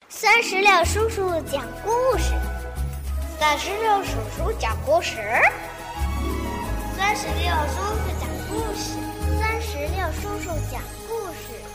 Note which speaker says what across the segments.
Speaker 1: 酸石榴叔叔讲故事，酸石榴叔叔讲故事，酸石榴叔叔讲故事，酸石榴叔叔讲故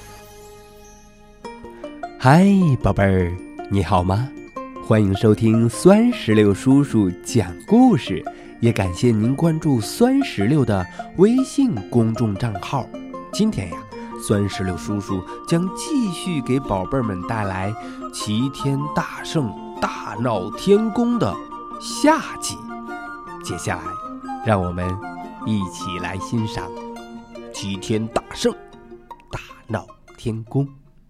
Speaker 2: 事。嗨，宝贝儿，你好吗？欢迎收听酸石榴叔叔讲故事，也感谢您关注酸石榴的微信公众账号。今天呀，酸石榴叔叔将继续给宝贝们带来齐天大圣大闹天宫的下集。接下来让我们一起来欣赏齐天大圣大闹天宫。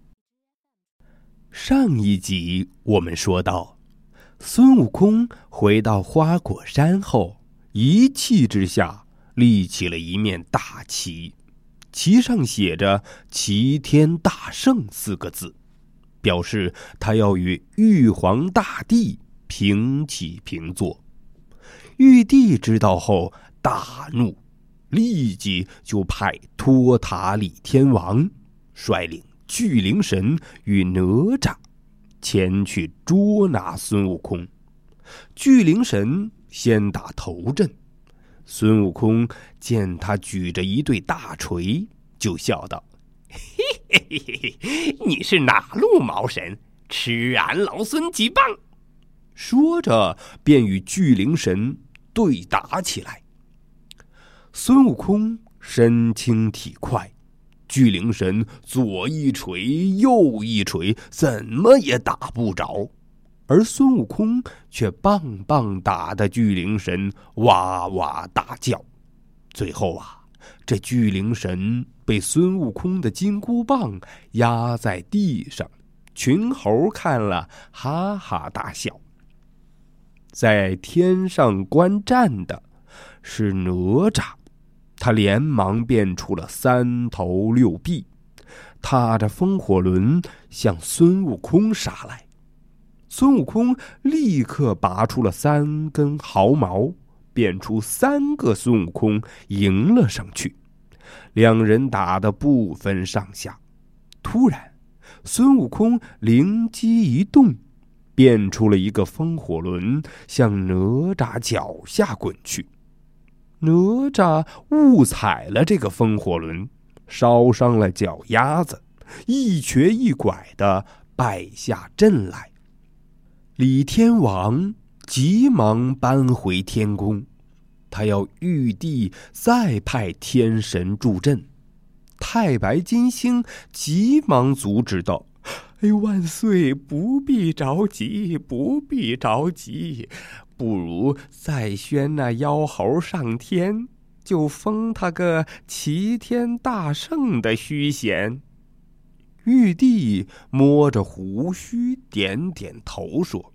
Speaker 2: 上一集我们说到，孙悟空回到花果山后，一气之下立起了一面大旗，旗上写着齐天大圣4个字，表示他要与玉皇大帝平起平坐。玉帝知道后大怒，立即就派托塔李天王率领巨灵神与哪吒前去捉拿孙悟空。巨灵神先打头阵，孙悟空见他举着一对大锤，就笑道：嘿嘿嘿嘿，你是哪路毛神，吃俺老孙几棒！说着便与巨灵神对打起来。孙悟空身轻体快，巨灵神左一锤右一锤，怎么也打不着，而孙悟空却棒棒打得巨灵神哇哇大叫。最后啊，这巨灵神被孙悟空的金箍棒压在地上，群猴看了哈哈大笑。在天上观战的是哪吒，他连忙变出了3头6臂，踏着风火轮向孙悟空杀来。孙悟空立刻拔出了3根毫毛，变出3个孙悟空迎了上去，两人打得不分上下。突然孙悟空灵机一动，变出了一个风火轮向哪吒脚下滚去。哪吒误踩了这个风火轮，烧伤了脚丫子，一瘸一拐地败下阵来。李天王急忙搬回天宫，他要玉帝再派天神助阵。太白金星急忙阻止道：哎，万岁，不必着急，不必着急，不如再宣那妖猴上天，就封他个齐天大圣的虚衔。玉帝摸着胡须点点头说：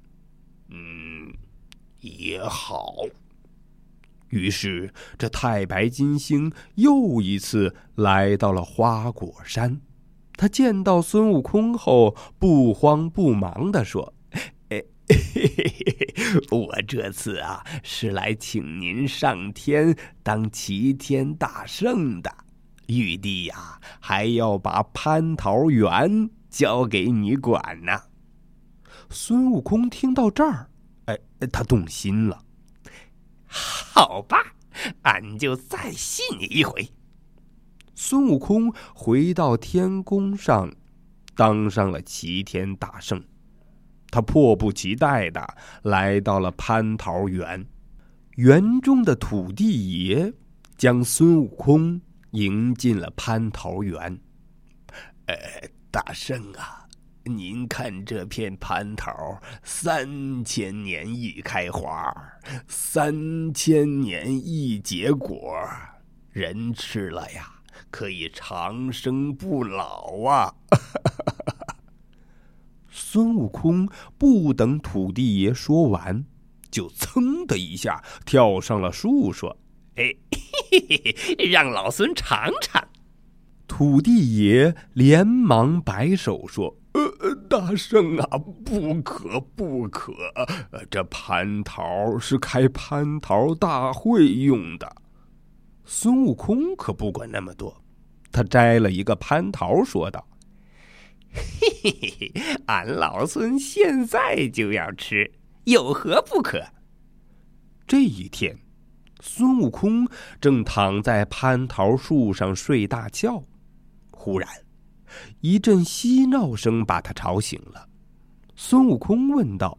Speaker 2: 也好。于是这太白金星又一次来到了花果山。他见到孙悟空后不慌不忙地说：我这次啊是来请您上天当齐天大圣的，玉帝呀还要把蟠桃园交给你管呢。孙悟空听到这儿，他动心了。好吧，俺就再信你一回。孙悟空回到天宫上，当上了齐天大圣。他迫不及待地来到了蟠桃园，园中的土地爷将孙悟空迎进了蟠桃园。大圣啊，您看这片蟠桃，3000年一开花，3000年一结果，人吃了呀可以长生不老啊！孙悟空不等土地爷说完，就噌的一下跳上了树，说：让老孙尝尝。土地爷连忙摆手说：大圣啊，不可不可，这蟠桃是开蟠桃大会用的。孙悟空可不管那么多，他摘了一个蟠桃说道： 嘿嘿嘿，俺老孙现在就要吃，有何不可？这一天，孙悟空正躺在蟠桃树上睡大觉，忽然一阵嬉闹声把他吵醒了。孙悟空问道：“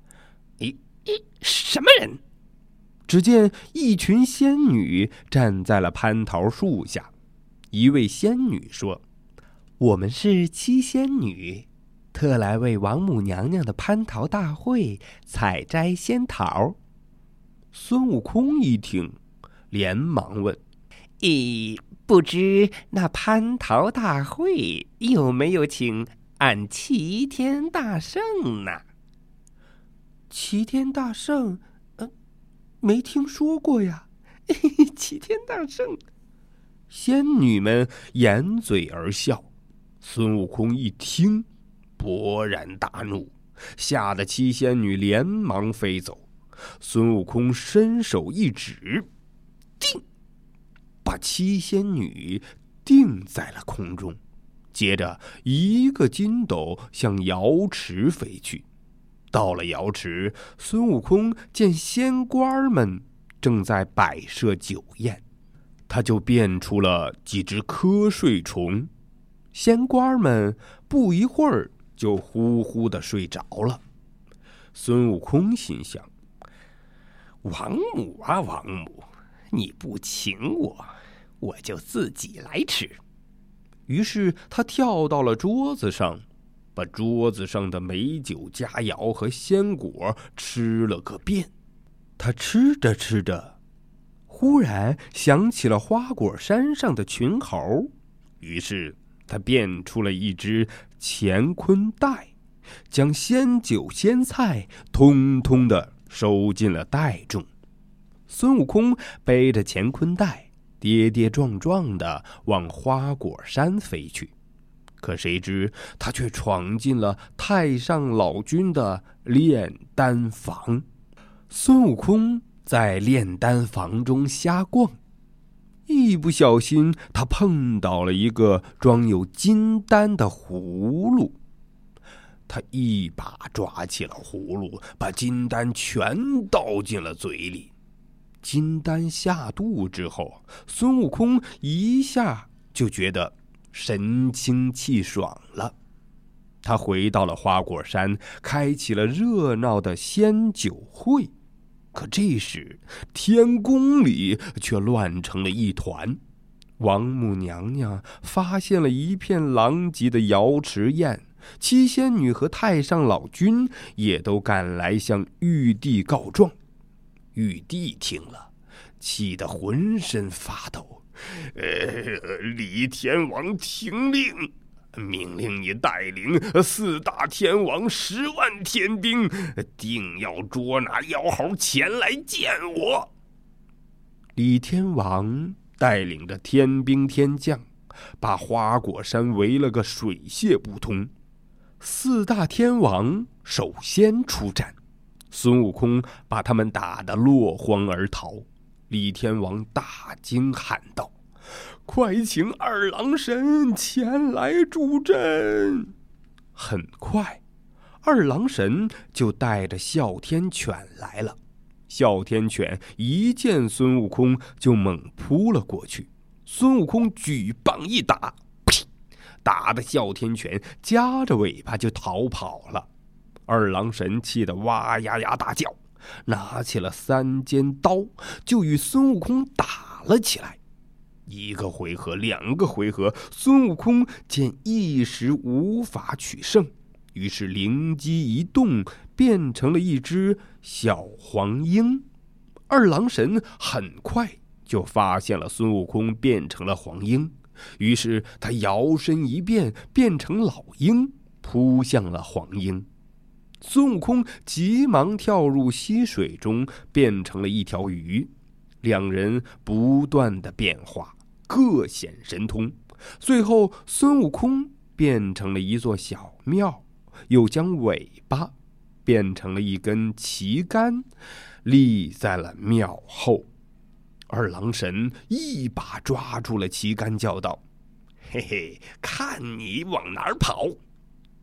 Speaker 2: 什么人？”只见一群仙女站在了蟠桃树下。一位仙女说：“我们是七仙女，特来为王母娘娘的蟠桃大会采摘仙桃。”孙悟空一听，连忙问：“不知那蟠桃大会有没有请俺齐天大圣呢？”齐天大圣？没听说过呀。齐天大圣。仙女们掩嘴而笑。孙悟空一听，勃然大怒，吓得七仙女连忙飞走。孙悟空伸手一指，定，把七仙女定在了空中。接着一个筋斗向瑶池飞去。到了瑶池，孙悟空见仙官们正在摆设酒宴，他就变出了几只瞌睡虫。仙官们不一会儿就呼呼地睡着了。孙悟空心想：王母啊王母，你不请我，我就自己来吃。于是他跳到了桌子上，把桌子上的美酒佳肴和鲜果吃了个遍。他吃着吃着，忽然想起了花果山上的群猴，于是他变出了一只乾坤袋，将鲜酒鲜菜通通的收进了袋中。孙悟空背着乾坤袋，跌跌撞撞的往花果山飞去。可谁知他却闯进了太上老君的炼丹房。孙悟空在炼丹房中瞎逛，一不小心他碰倒了一个装有金丹的葫芦。他一把抓起了葫芦，把金丹全倒进了嘴里。金丹下肚之后，孙悟空一下就觉得神清气爽了。他回到了花果山，开启了热闹的仙酒会。可这时天宫里却乱成了一团。王母娘娘发现了一片狼藉的瑶池宴，七仙女和太上老君也都赶来向玉帝告状。玉帝听了，气得浑身发抖。李天王听令，命令你带领4大天王10万天兵，定要捉拿妖猴前来见我。李天王带领着天兵天将，把花果山围了个水泄不通。4大天王首先出战，孙悟空把他们打得落荒而逃。李天王大惊喊道：“快请二郎神前来助阵！”很快，二郎神就带着哮天犬来了。哮天犬一见孙悟空就猛扑了过去。孙悟空举棒一打，呸！打得哮天犬夹着尾巴就逃跑了。二郎神气得哇呀呀大叫，拿起了3尖刀，就与孙悟空打了起来。1个回合2个回合，孙悟空见一时无法取胜，于是灵机一动，变成了一只小黄鹰。二郎神很快就发现了孙悟空变成了黄鹰，于是他摇身一变，变成老鹰，扑向了黄鹰。孙悟空急忙跳入溪水中，变成了一条鱼。2人不断的变化，各显神通。最后孙悟空变成了一座小庙，又将尾巴变成了一根旗杆，立在了庙后。二郎神一把抓住了旗杆，叫道：“嘿嘿，看你往哪儿跑！”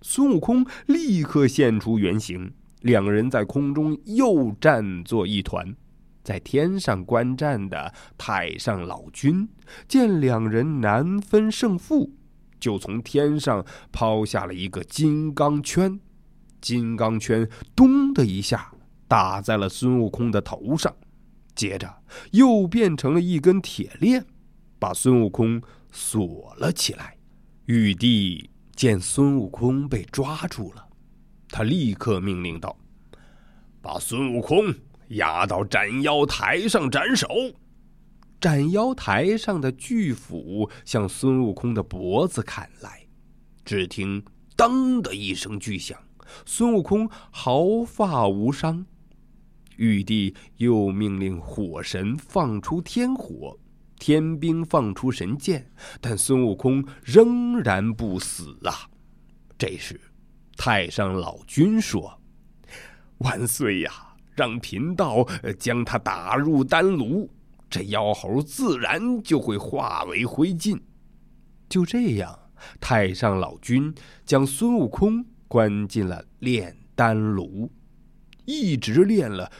Speaker 2: 孙悟空立刻现出原形，两人在空中又战作一团。在天上观战的太上老君见两人难分胜负，就从天上抛下了一个金刚圈，金刚圈咚的一下打在了孙悟空的头上，接着又变成了一根铁链，把孙悟空锁了起来。玉帝见孙悟空被抓住了，他立刻命令道：“把孙悟空押到斩妖台上斩首。”斩妖台上的巨斧向孙悟空的脖子砍来，只听当的一声巨响，孙悟空毫发无伤。玉帝又命令火神放出天火，天兵放出神箭，但孙悟空仍然不死啊！这时太上老君说：“万岁呀！让贫道将他打入丹炉，这妖猴自然就会化为灰烬。”就这样，太上老君将孙悟空关进了炼丹炉，一直练了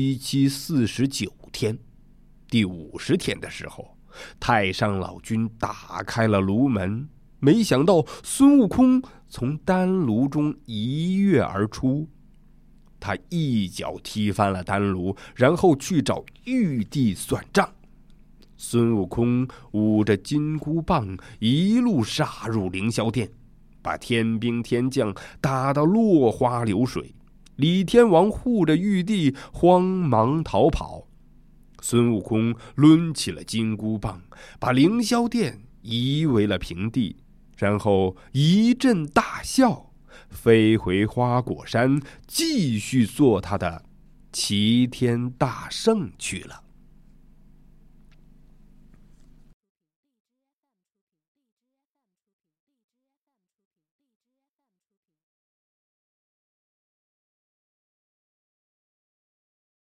Speaker 2: 749天。第50天的时候，太上老君打开了炉门，没想到孙悟空从丹炉中一跃而出。他一脚踢翻了丹炉，然后去找玉帝算账。孙悟空舞着金箍棒一路杀入凌霄殿，把天兵天将打到落花流水。李天王护着玉帝慌忙逃跑，孙悟空抡起了金箍棒，把凌霄殿夷为了平地，然后一阵大笑，飞回花果山，继续做他的齐天大圣去了。